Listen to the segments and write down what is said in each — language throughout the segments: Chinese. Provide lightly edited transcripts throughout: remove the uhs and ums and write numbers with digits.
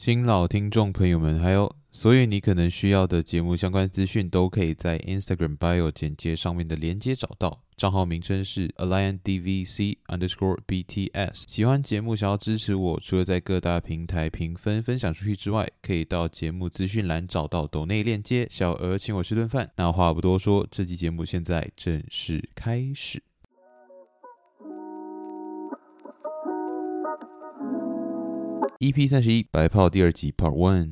新老听众朋友们，还有所有你可能需要的节目相关资讯，都可以在 Instagram bio 简介上面的连接找到。账号名称是 AlianDVC_BTS。喜欢节目想要支持我，除了在各大平台评分分享出去之外，可以到节目资讯栏找到抖内链接，小额请我吃顿饭。那话不多说，这期节目现在正式开始。EP31白炮第二集 Part 1。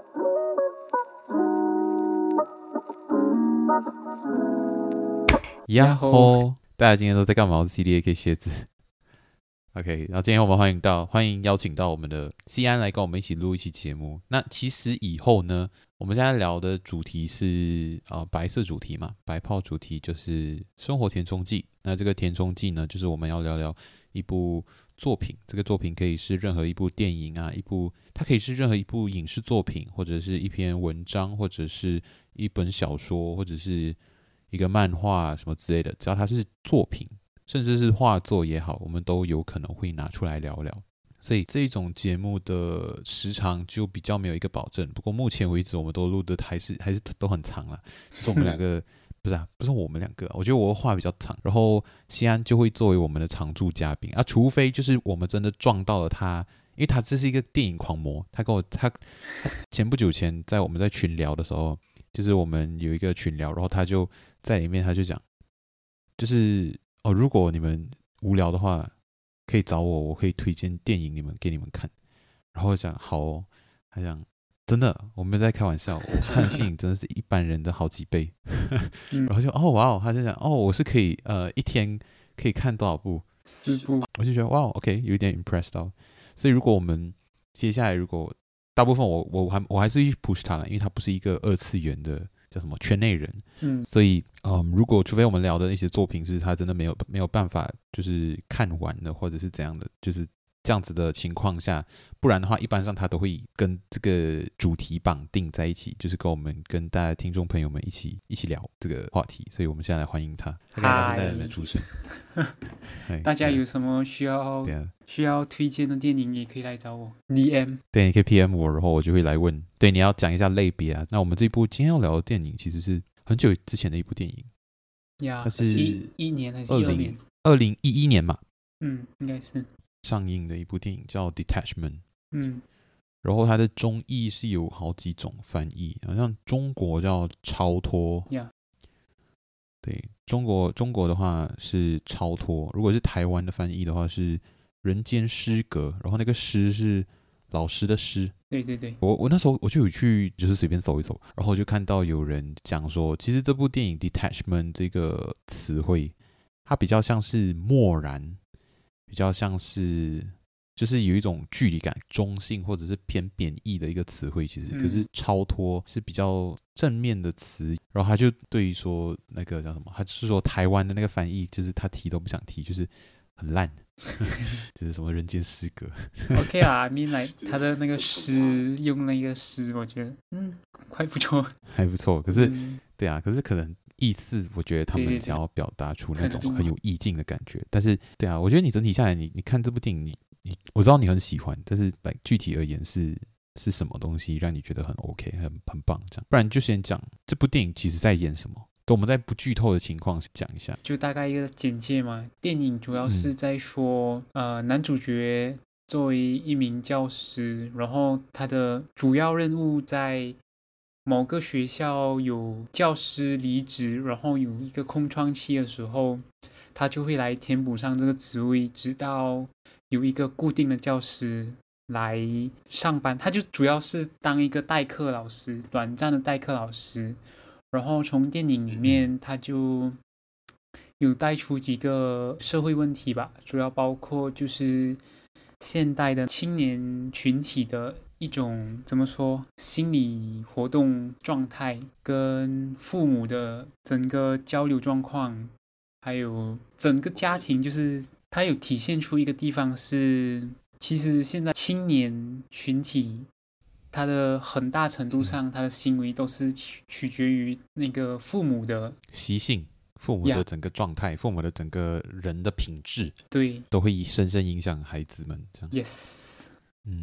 呀吼！大家今天都在干嘛？我是 CDAK 靴子。OK， 然后今天我们欢迎邀请到我们的西安来跟我们一起录一期节目。那其实以后呢，我们现在聊的主题是白色主题嘛，白炮主题就是生活填充剂。那这个填充剂呢，就是我们要聊聊一部作品，这个作品可以是任何一部电影啊，它可以是任何一部影视作品，或者是一篇文章，或者是一本小说，或者是一个漫画什么之类的，只要它是作品，甚至是画作也好，我们都有可能会拿出来聊聊。所以这种节目的时长就比较没有一个保证，不过目前为止我们都录的还是都很长啦，就是我们两个不是我们两个，我觉得我话比较长，然后西安就会作为我们的常驻嘉宾啊，除非就是我们真的撞到了他，因为他这是一个电影狂魔，他前不久前我们在群聊的时候，就是我们有一个群聊，然后他就在里面他就讲，就是如果你们无聊的话，可以找我，我可以推荐电影给你们看，然后我讲好哦，他讲。真的，我没有在开玩笑，我看的电影真的是一般人的好几倍。然后就哇哦，他就讲我是可以一天可以看多少部 ？4部， 我就觉得哇 ，OK， 有一点 impressed 到。所以如果我们接下来大部分我还是去 push 他了，因为他不是一个二次元的叫什么圈内人，所以除非我们聊的一些作品是他真的没有办法就是看完的，或者是怎样的，就是这样子的情况下，不然的话，一般上他都会跟这个主题绑定在一起，就是跟大家听众朋友们一起聊这个话题。所以我们现在来欢迎他。他到现在还没出声。 大家有什么需要推荐的电影，也可以来找我 DM。 对，你可以 PM 我，然后我就会来问。对，你要讲一下类别啊。那我们这部今天要聊的电影，其实是很久之前的一部电影。 呀， 它是 1年还是2年 ？2011年嘛。 应该是。 上映的一部电影叫 Detachment， 然后它的中译是有好几种翻译，好像中国叫超脱，对，中国的话是超脱，如果是台湾的翻译的话是人间失格，然后那个失是老师的师， 对对对， 我那时候我就有去就是随便搜一搜，然后就看到有人讲说，其实这部电影 Detachment 这个词汇，它比较像是漠然。比较像是就是有一种距离感、中性或者是偏贬义的一个词汇，其实可是超脱是比较正面的词。然后他就对于说那个叫什么，他是说台湾的那个翻译，就是他提都不想提，就是很烂，就是什么人间失格。 OK 啦，I mean like 他的那个诗用那个诗，我觉得还不错， 还不错。可是对啊，可是可能。意思我觉得他们想要表达出那种很有意境的感觉，但是对啊，我觉得你整体下来你看这部电影我知道你很喜欢，但是具体而言是什么东西让你觉得很 OK 很棒这样？不然就先讲这部电影其实在演什么，我们在不剧透的情况讲一下， 就大概一个简介嘛。电影主要是在说男主角作为一名教师，然后他的主要任务在某个学校有教师离职，然后有一个空窗期的时候，他就会来填补上这个职位，直到有一个固定的教师来上班。他就主要是当一个代课老师，短暂的代课老师。然后从电影里面，他就有带出几个社会问题吧，主要包括就是现代的青年群体的一种怎么说心理活动状态，跟父母的整个交流状况，还有整个家庭，就是它有体现出一个地方是，其实现在青年群体，它的很大程度上，他的行为都是取决于那个父母的习性。父母的整个状态，父母的整个人的品质， 对， 都会深深影响孩子们这样。 Yes，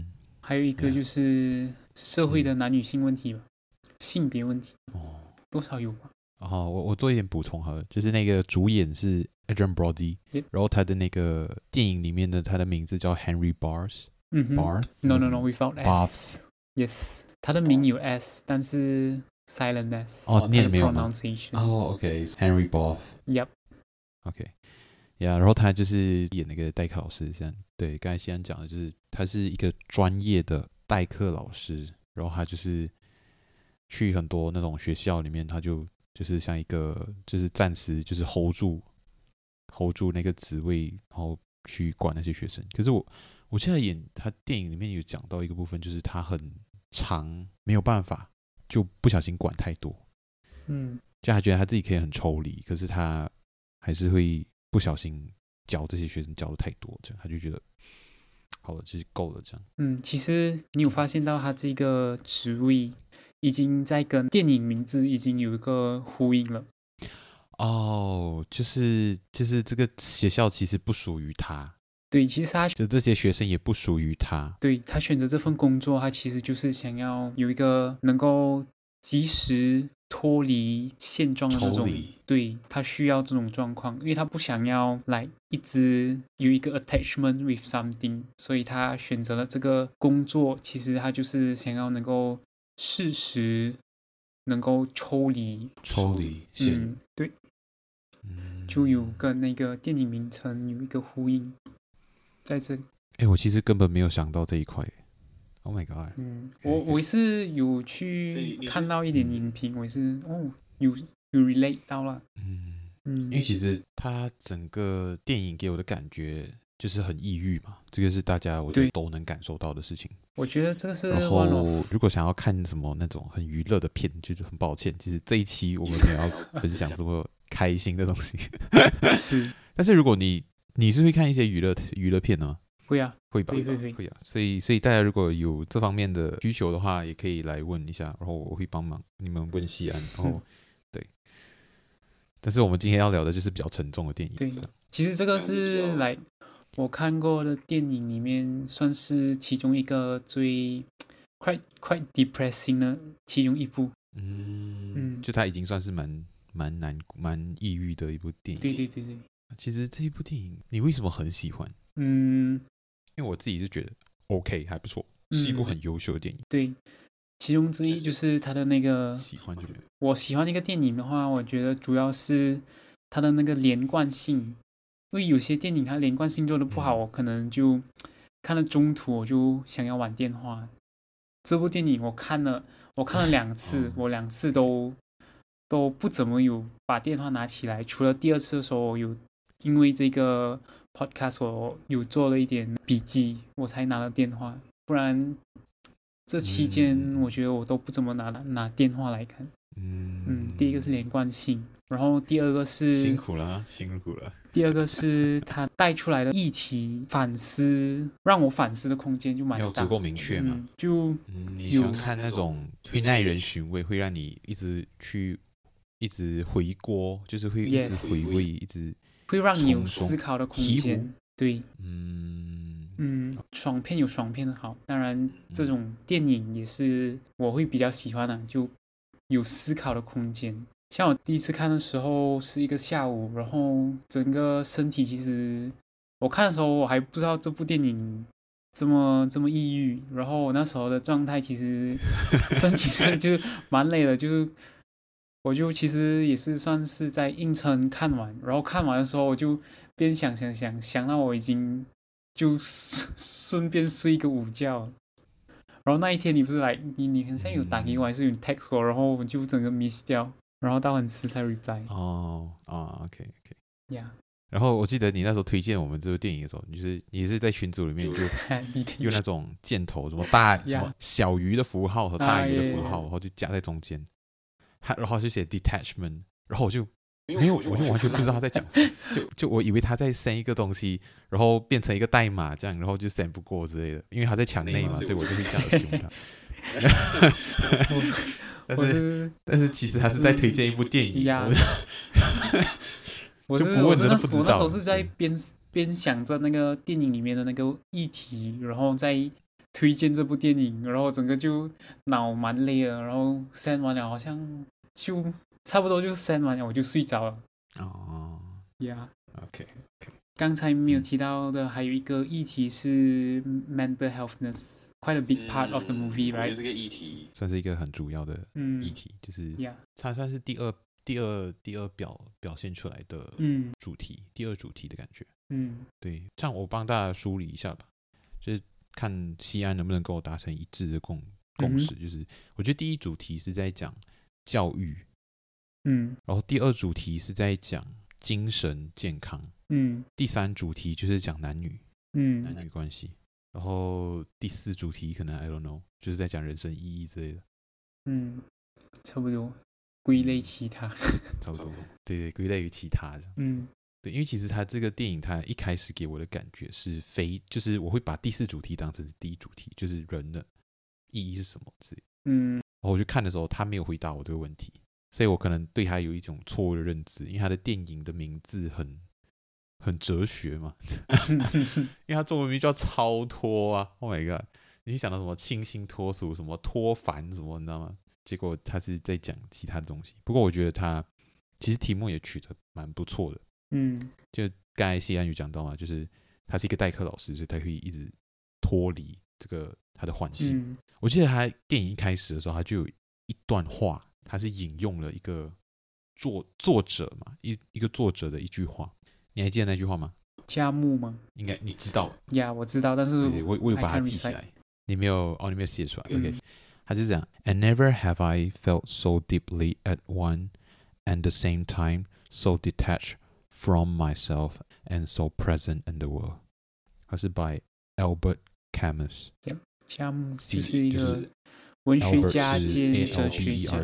还有一个就是社会的男女性问题吧，性别问题，多少有吧。 我做一点补充好了，就是那个主演是 Adrian Brody， 然后他的那个电影里面的他的名字叫 Henry Barth， No without S Yes， 他的名有 S， 但是 silent S， 念没有吗 ？pronunciation OK Henry Barth。Yep。 OK， 然后他就是演那个代课老师，像对刚才西安讲的，就是他是一个专业的代课老师，然后他就是去很多那种学校里面，他就是像一个就是暂时就是 hold 住那个职位，然后去管那些学生。可是我现在他电影里面有讲到一个部分，就是他很长没有办法，就不小心管太多，就他觉得他自己可以很抽离，可是他还是会不小心教这些学生教的太多，这样他就觉得好了，其实够了这样。 其实你有发现到他这个职位已经在跟电影名字已经有一个呼应了。 就是这个学校其实不属于他。 对，其实他就这些学生也不属于他。 对，他选择这份工作，他其实就是想要有一个能够及时脱离现状的这种，对，他需要这种状况，因为他不想要来一直有一个 attachment with something， 所以他选择了这个工作。其实他就是想要能够适时能够抽离，对，就有跟那个电影名称有一个呼应在这里。 我其实根本没有想到这一块。Oh my god！ 我也是有去看到一点影评，我也是有 relate 到了。 因为其实他整个电影给我的感觉就是很抑郁嘛，这个是大家我觉得都能感受到的事情。 我觉得这个是。 然后如果想要看什么那种很娱乐的片，就是很抱歉，其实这一期我们没有要分享这么开心的东西。 是。 但是如果你是会看一些娱乐片的吗？ 会啊， 会吧，会啊。所以大家如果有这方面的需求的话，也可以来问一下，然后我会帮忙你们问西安。然后对，但是我们今天要聊的就是比较沉重的电影。 对，其实这个是我看过的电影里面算是其中一个最quite depressing 的其中一部。 就它已经算是蛮抑郁的一部电影。 对。 其实这一部电影你为什么很喜欢？因为我自己是觉得 OK 还不错，是一部很优秀的电影。 对，其中之一就是他的那个我喜欢那个电影的话，我觉得主要是他的那个连贯性。因为有些电影它连贯性做的不好，我可能就看了中途我就想要玩电话。这部电影我看了2次，我2次都不怎么有把电话拿起来，除了第2次的时候有因为这个 podcast 我有做了一点笔记，我才拿了电话，不然这期间我觉得我都不怎么拿电话来看。第一个是连贯性，然后第二个是辛苦了。 第二个是他带出来的议题让我反思的空间就蛮大， 有足够明确嘛？你喜欢看那种会耐人寻味，会让你一直回锅，就是会一直回味，一直会让你有思考的空间。对，爽片有爽片的好，当然这种电影也是我会比较喜欢的，就有思考的空间。像我第一次看的时候是一个下午，然后整个身体其实我看的时候我还不知道这部电影这么抑郁，然后我那时候的状态其实身体上就蛮累的，就是我就其实也是算是在硬撑看完，然后看完的时候我就边想到我已经就顺便睡一个午觉。然后那一天你不是你好像有打给我还是有 text 我，然后我就整个 miss 掉，然后到很迟才 reply。 OK。 呀。 然后我记得你那时候推荐我们这部电影的时候，你是在群组里面就用那种箭头，什么小鱼的符号和大鱼的符号，然后就夹在中间，然后就写 detachment， 然后我就完全不知道他在讲什么，就我以为他在 send 一个东西，然后变成一个代码这样，然后就 send 不过之类的，因为他在墙内嘛，所以我就会这样子用他。但是其实他是在推荐一部电影。 我那时候是在边想着那个电影里面的那个议题，然后再推荐这部电影，然后整个就脑蛮累了，然后 send 完了，好像就差不多就是 send 完了，我就睡着了。 哦 Yeah， ，OK， 刚才没有提到的还有一个议题是 mental healthness，quite a big part of the 我觉 movie， 得 right？ 这个议题算是一个很主要的议题，就是 ，Yeah， 它算是第二表现出来的主题，第二主题的感觉。对，这样我帮大家梳理一下吧，就是看西安能不能跟我达成一致的共识。就是我觉得第一主题是在讲教育，然后第二主题是在讲精神健康，第三主题就是讲男女关系，然后第四主题可能 I don't know， 就是在讲人生意义之类的。 差不多归类其他， 差不多，对，归类于其他这样子。对，因为其实他这个电影，他一开始给我的感觉是就是我会把第四主题当成是第一主题，就是人的意义是什么之类的。然后我去看的时候，他没有回答我这个问题，所以我可能对他有一种错误的认知，因为他的电影的名字很哲学嘛，因为他中文名叫超脱啊 ，Oh my god， 你想到什么清新脱俗，什么脱凡什么，你知道吗？结果他是在讲其他的东西。不过我觉得他其实题目也取得蛮不错的。就刚才西安有讲到嘛，就是他是一个代课老师，所以他可以一直脱离这个他的环境。我记得他电影一开始的时候，他就有一段话，他是引用了一个作者嘛，一个作者的一句话，你还记得那句话吗？ 佳木吗？ 应该你知道呀，我知道，但是对，我有把它记起来。你没有写出来 ？OK， 他就这样 ：And never have I felt so deeply at one and the same time so detached from myself and so present in the world。它是 by Albert Camus。 佳木就是一个文学家兼哲学家。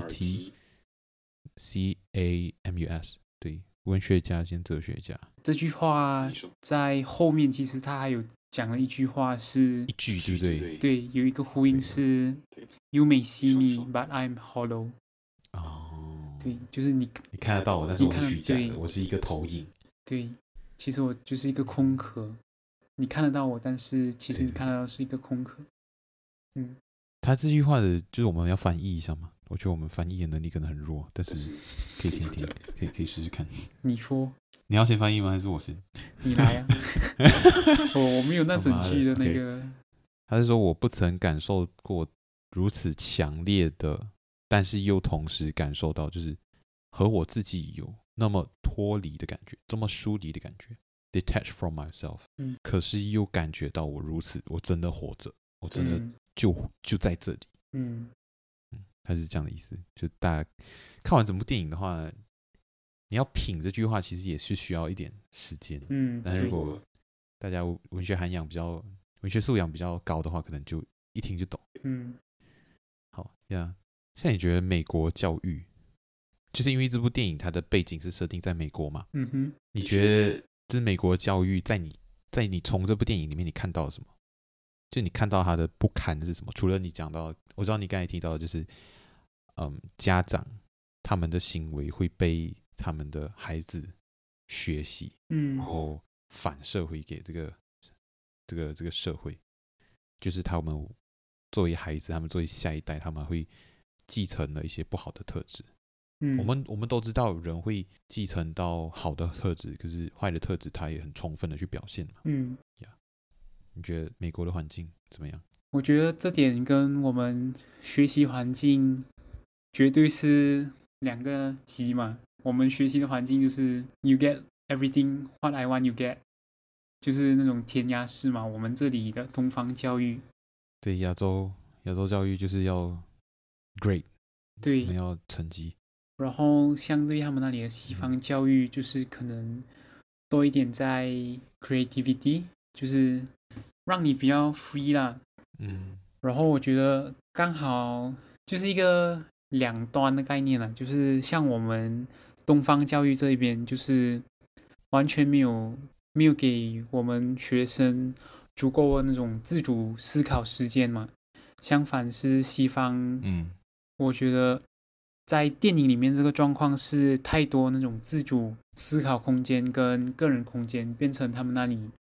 Camus， 对，文学家兼哲学家。 这句话在后面其实他还有讲了一句话是一句，对不对？ 对，有一个呼应是 You may see me, but I'm hollow。对，就是你看得到我，但是我是虚假的，我是一个投影。 对，其实我就是一个空壳。你看得到我，但是其实你看得到是一个空壳。 他这句话的，就是我们要翻译一下嘛。我觉得我们翻译的能力可能很弱，但是可以听听，可以试试看。 你说， 你要先翻译吗？还是我先？ 你来啊！我没有那整句的那个。 他是说我不曾感受过如此强烈的，但是又同时感受到，就是和我自己有那么脱离的感觉，这么疏离的感觉 ，detached from myself。可是又感觉到我如此，我真的活着，我真的就在这里。他是这样的意思。就大家看完整部电影的话，你要品这句话，其实也是需要一点时间。但如果大家文学素养比较高的话，可能就一听就懂。好呀。现在你觉得美国教育，就是因为这部电影它的背景是设定在美国嘛？你觉得就是美国教育在你从这部电影里面你看到了什么？就你看到它的不堪是什么？除了你讲到，我知道你刚才提到的就是，家长他们的行为会被他们的孩子学习，然后反射回给这个社会，就是他们作为孩子，他们作为下一代，他们会继承了一些不好的特质。我们都知道人会继承到好的特质，可是坏的特质他也很充分的去表现嘛。你觉得美国的环境怎么样？ 我觉得这点跟我们学习环境绝对是两个极嘛。我们学习的环境就是 you get everything what I want you get， 就是那种填鸭式嘛。我们这里的东方教育， 对，亚洲教育就是要 grade， 对， 我们要成绩。 然后相对他们那里的西方教育，就是可能多一点在 creativity， 就是让你比较 free 啦。然后我觉得刚好就是一个两端的概念啦，就是像我们东方教育这一边，就是完全没有给我们学生足够的那种自主思考时间嘛。相反是西方，我觉得在电影里面这个状况是太多那种自主思考空间跟个人空间变成他们那里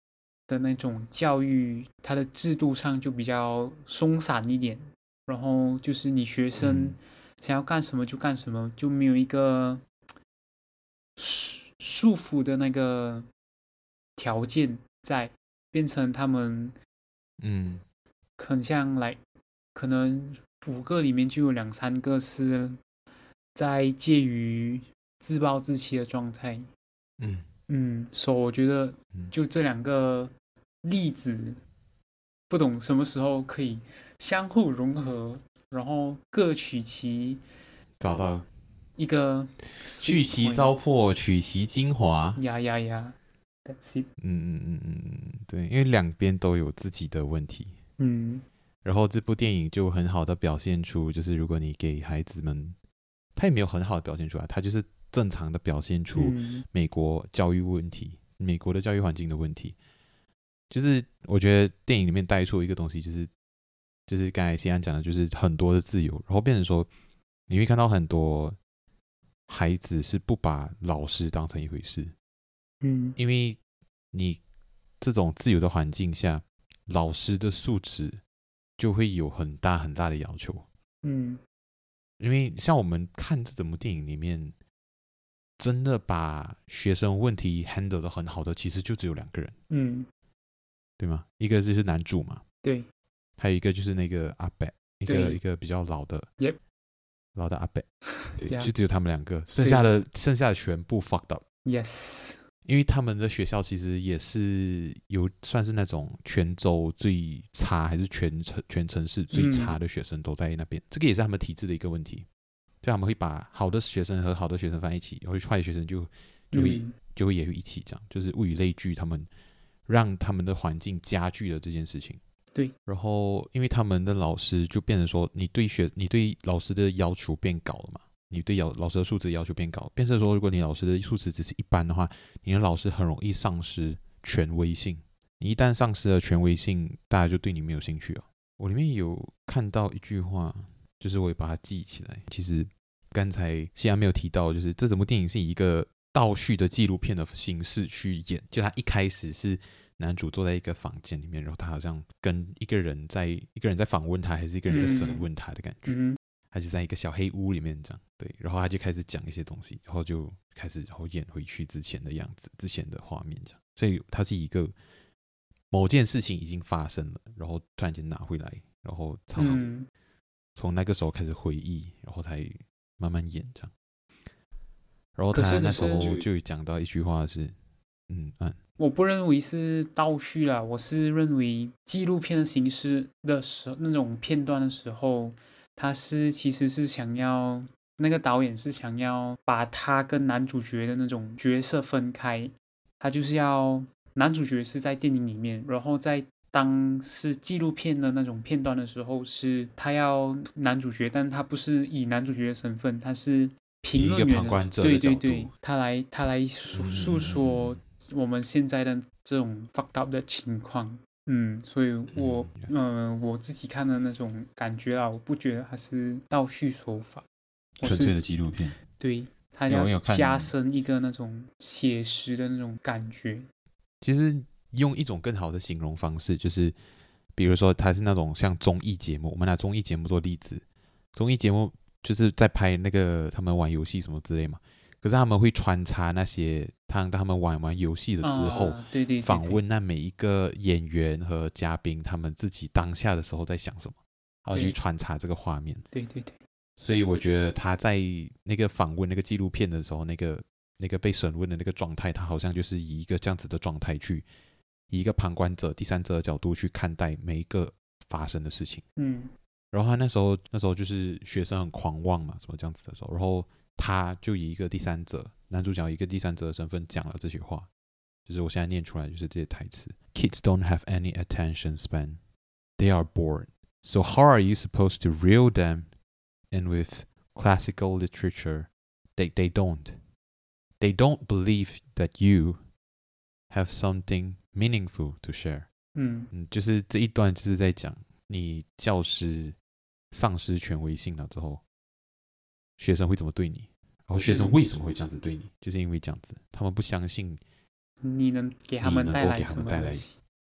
的那种教育，它的制度上就比较松散一点，然后就是你学生想要干什么就干什么，就没有一个束缚的那个条件在，变成他们很像来，可能5个里面就有2、3个是在介于自暴自弃的状态。所以我觉得就这2个例子，不懂什么时候可以相互融合，然后各取其找到一个去其糟粕，取其精华。 That's it。 对，因为两边都有自己的问题。然后这部电影就很好的表现出，就是如果你给孩子们，他也没有很好的表现出来，他就是正常的表现出美国教育问题，美国的教育环境的问题。就是我觉得电影里面带出一个东西，就是刚才西安讲的，就是很多的自由，然后变成说你会看到很多孩子是不把老师当成一回事。因为你这种自由的环境下，老师的素质就会有很大很大的要求。因为像我们看这整部电影里面，真的把学生问题 handle 得很好的，其实就只有2个人。对吗？一个就是男主嘛， 对， 还有一个就是那个阿伯，一个比较老的阿伯，对，就只有他们2个，剩下的全部 fucked up。 Yes。 因为他们的学校其实也是有算是那种全州最差，还是全城市最差的学生都在那边。这个也是他们体制的一个问题，就他们会把好的学生和好的学生放在一起，然后坏的学生就会也会一起这样，就是物以类聚，他们让他们的环境加剧了这件事情。 对， 然后因为他们的老师就变成说，你对老师的要求变高了嘛，你对老师的素质要求变高，变成说如果你老师的素质只是一般的话，你的老师很容易丧失权威性。你一旦丧失了权威性，大家就对你没有兴趣了。我里面有看到一句话，就是我也把它记起来。其实刚才西安没有提到，就是这整部电影是以一个倒叙的纪录片的形式去演，就他一开始是男主坐在一个房间里面，然后他好像跟一个人在访问他，还是一个人在审问他的感觉。他就在一个小黑屋里面这样，对，然后他就开始讲一些东西，然后就开始演回去之前的样子，之前的画面这样。所以他是一个某件事情已经发生了，然后突然间拿回来，然后从那个时候开始回忆，然后才慢慢演这样。然后他那时候就有讲到一句话是， 我不认为是倒叙啦，我是认为纪录片的形式的那种片段的时候，他其实是想要，那个导演是想要把他跟男主角的那种角色分开，他就是要男主角是在电影里面，然后在当是纪录片的那种片段的时候，是他要男主角，但他不是以男主角的身份，他是评论员的， 以一个旁观者的角度， 对，他来诉说我们现在的这种 fucked up 的情况。所以我自己看的那种感觉啊，我不觉得它是倒叙手法， 纯粹的纪录片。 对，它要加深一个那种写实的那种感觉。 其实用一种更好的形容方式，就是比如说它是那种像综艺节目，我们拿综艺节目做例子，综艺节目就是在拍那个他们玩游戏什么之类嘛。可是他们会穿插那些他们玩游戏的时候， 对， 访问那每一个演员和嘉宾，他们自己当下的时候在想什么，然后去穿插这个画面。 对。 所以我觉得他在那个访问那个纪录片的时候，那个被审问的那个状态，他好像就是以一个这样子的状态去，以一个旁观者、第三者的角度去看待每一个发生的事情。然后他那时候就是学生很狂妄嘛，什么这样子的时候，然后他就以一个第三者，男主角以一个第三者的身份讲了这些话，就是我现在念出来就是这些台词。Kids don't have any attention span. They are bored. So how are you supposed to reel them in with classical literature? They don't. They don't believe that you have something meaningful to share. 就是这一段就是在讲你教师丧失权威性了之后，学生会怎么对你，然后学生为什么会这样子对你，就是因为这样子，他们不相信你能给他们带来什么东西。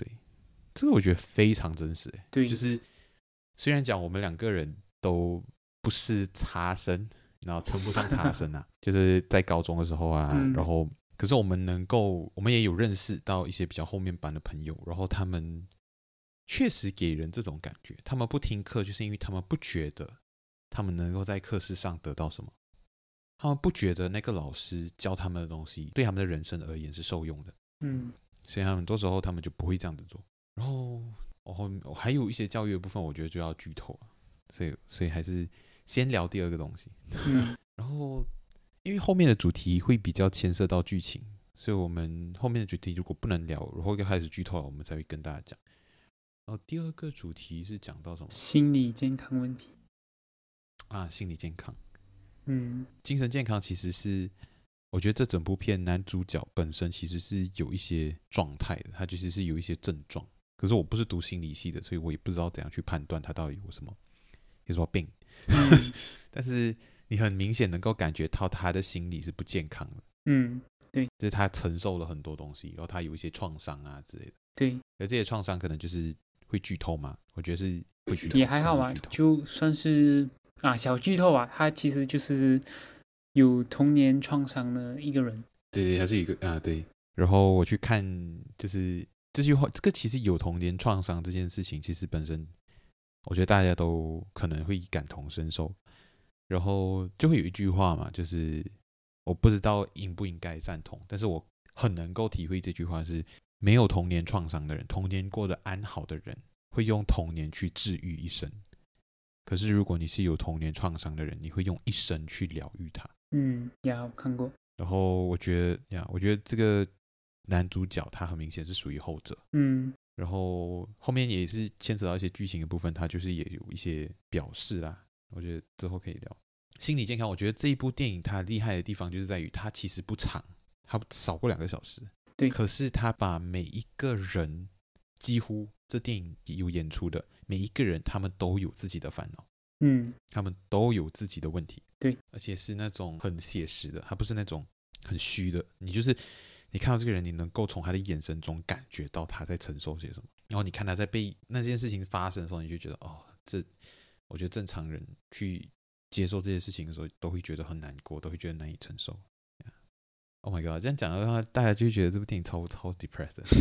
这个我觉得非常真实， 对， 就是虽然讲我们两个人都不是差生，然后称不上差生啊，就是在高中的时候啊，然后可是我们也有认识到一些比较后面班的朋友，然后他们确实给人这种感觉，他们不听课就是因为他们不觉得他们能够在课室上得到什么，他们不觉得那个老师教他们的东西对他们的人生而言是受用的，所以很多时候他们就不会这样子做。然后还有一些教育的部分，我觉得就要剧透了，所以还是先聊第二个东西。然后因为后面的主题会比较牵涉到剧情，所以我们后面的主题如果不能聊，然后就开始剧透了，我们才会跟大家讲。然后第二个主题是讲到什么？ 心理健康问题啊，心理健康。 精神健康其实是我觉得这整部片男主角本身其实是有一些状态的，他其实是有一些症状。可是我不是读心理系的，所以我也不知道怎样去判断他到底有什么病。但是你很明显能够感觉到他的心理是不健康的。 对， 就是他承受了很多东西，然后他有一些创伤啊之类的。 对， 而这些创伤可能就是会剧透嘛？我觉得是会剧透， 也还好吧，就算是小剧透啊，他其实就是有童年创伤的一个人。 对，他是一个对。然后我去看，就是这句话，这个其实有童年创伤这件事情，其实本身我觉得大家都可能会感同身受。然后就会有一句话嘛，就是我不知道应不应该赞同，但是我很能够体会这句话是：没有童年创伤的人，童年过得安好的人，会用童年去治愈一生。可是如果你是有童年创伤的人，你会用一生去疗愈它。 我看过。 然后我觉得这个男主角他很明显是属于后者。然后后面也是牵扯到一些剧情的部分，他就是也有一些表示啦，我觉得之后可以聊。心理健康，我觉得这一部电影它厉害的地方就是在于它其实不长，它少过2个小时。 对。 可是它把每一个人，几乎这电影有演出的每一个人，他们都有自己的烦恼。他们都有自己的问题。 对。 而且是那种很写实的，他不是那种很虚的。你看到这个人，你能够从他的眼神中感觉到他在承受些什么。然后你看他在被那件事情发生的时候，你就觉得我觉得正常人去接受这些事情的时候，都会觉得很难过，都会觉得难以承受。Oh my god！ 这样讲的话，大家就会觉得这部电影超 depressed 的。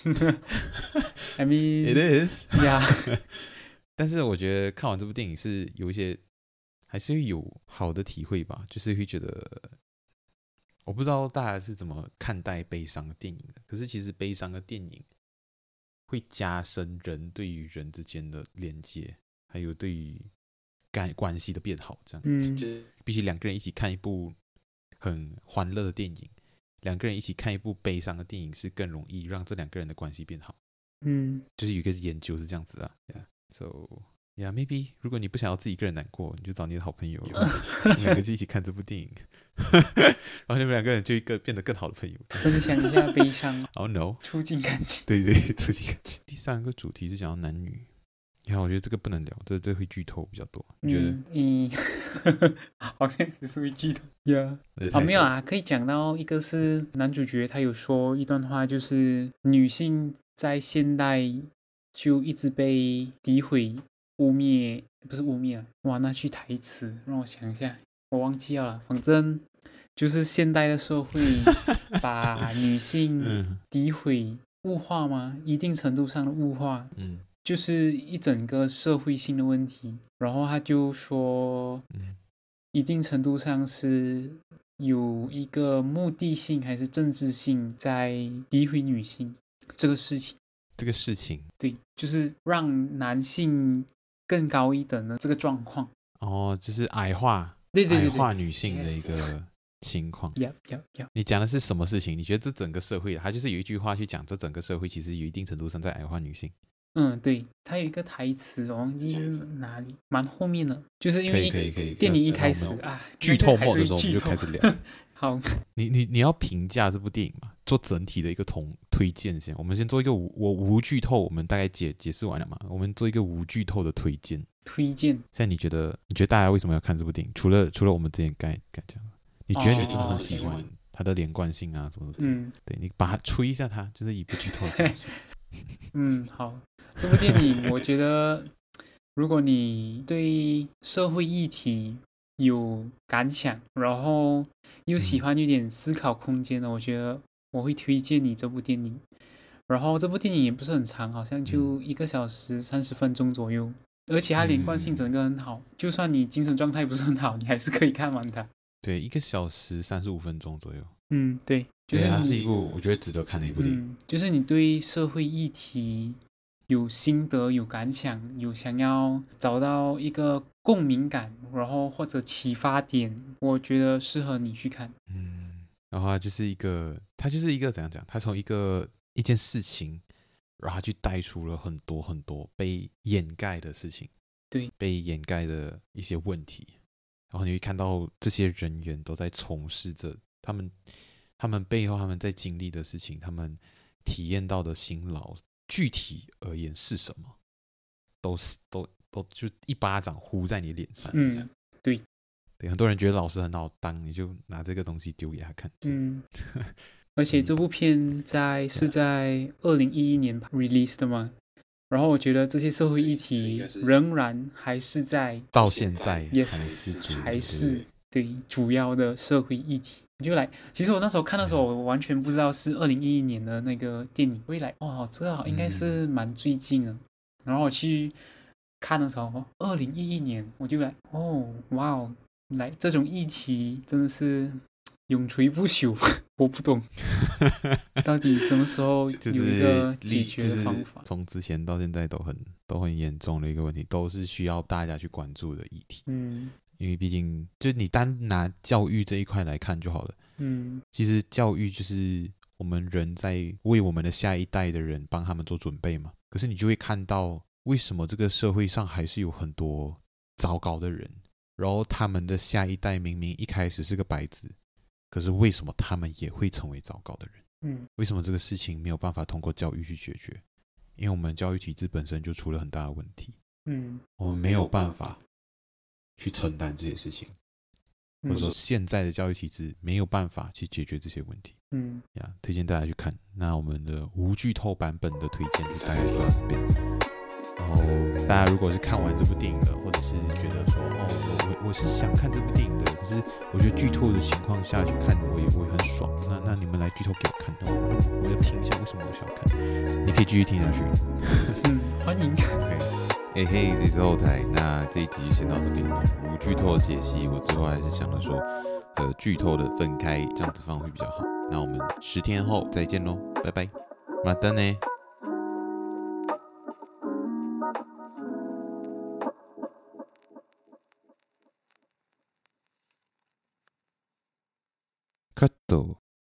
I mean, it is. Yeah. 但是我觉得看完这部电影是有一些，还是会有好的体会吧，就是会觉得，我不知道大家是怎么看待悲伤的电影的。可是其实悲伤的电影会加深人对于人之间的连接，还有对于关系的变好。这样，比起2个人一起看一部很欢乐的电影，2个人一起看一部悲伤的电影是更容易让这2个人的关系变好。就是有一个研究是这样子啊。So maybe 如果你不想要自己一个人难过，你就找你的好朋友，2个就一起看这部电影，然后你们2个人就变得更好的朋友， 分享一下悲伤。 Oh no！ 促进感情。 对，促进感情。第3个主题是讲到男女，你看，我觉得这个不能聊，这会剧透比较多。你觉得？ 好像也是会剧透。没有啦，可以讲到一个是男主角他有说一段话，就是女性在现代就一直被诋毁、污蔑，不是污蔑啊，哇，那句台词让我想一下，我忘记了。反正就是现代的社会把女性诋毁、物化吗？一定程度上的物化。就是一整个社会性的问题。然后他就说，一定程度上是有一个目的性还是政治性在诋毁女性这个事情。对，就是让男性更高一等的这个状况。 就是矮化， 对， 矮化女性的一个情况。你讲的是什么事情？你觉得这整个社会，它就是有一句话去讲，这整个社会其实有一定程度上在矮化女性。 对，他有一个台词，我忘记是哪里，蛮后面的，就是因为电影一开始剧透末的时候我们就开始聊。 好， 你要评价这部电影嘛？做整体的一个推荐先，我们先做一个无剧透，我们大概解释完了嘛？我们做一个无剧透的推荐。现在你觉得大家为什么要看这部电影？除了我们之前该讲，你觉得你真的很喜欢它的连贯性啊什么的？对，你把它吹一下它，就是一部剧透的方式。 好，这部电影我觉得，如果你对社会议题有感想，然后又喜欢有点思考空间的，我觉得我会推荐你这部电影。然后这部电影也不是很长，好像就1个小时30分钟左右，而且它连贯性整个很好，就算你精神状态不是很好，你还是可以看完它。 对，1个小时35分钟左右。 对，就对， 是它是一你， 部我觉得值得看的一部电影。 就是你对社会议题有心得、有感想、有想要找到一个共鸣感，然后或者启发点，我觉得适合你去看。 然后它就是一个怎样讲？它从一件事情，然后它去带出了很多很多被掩盖的事情， 对， 被掩盖的一些问题，然后你会看到这些人员都在从事着他们背后他们在经历的事情，他们体验到的辛劳，具体而言是什么，都就一巴掌呼在你脸上。 对， 对，很多人觉得老师很好当，你就拿这个东西丢给他看。 而且这部片是在2011年release 的嘛，然后我觉得这些社会议题仍然还是在到现在还是对主要的社会议题。其实我那时候看的时候，我完全不知道是2011年的那个电影，我哇，这个应该是蛮最近的。然后我去看的时候，2011年，我就哇哦，这种议题真的是永垂不朽。我不懂到底什么时候有一个解决的方法。 从之前到现在都很严重的一个问题，都是需要大家去关注的议题。因为毕竟就你单拿教育这一块来看就好了。其实教育就是我们人在为我们的下一代的人帮他们做准备嘛。可是你就会看到为什么这个社会上还是有很多糟糕的人，然后他们的下一代明明一开始是个白纸，可是为什么他们也会成为糟糕的人？为什么这个事情没有办法通过教育去解决？因为我们教育体制本身就出了很大的问题。我们没有办法去承担这些事情，或者说现在的教育体制没有办法去解决这些问题。推荐大家去看。那我们的无剧透版本的推荐就大概说到这边。然后大家如果是看完这部电影了，或者是觉得说我是想看这部电影的，可是我觉得剧透的情况下去看我也很爽，那你们来剧透给我看，我要听一下为什么我想看，你可以继续听下去。 欢迎。 嘿，这是后台，那这一集就先到这边了。无剧透的解析，我最后还是想了说，剧透的分开，这样子放会比较好。那我们10天后再见喽，拜拜，马丹呢？カット。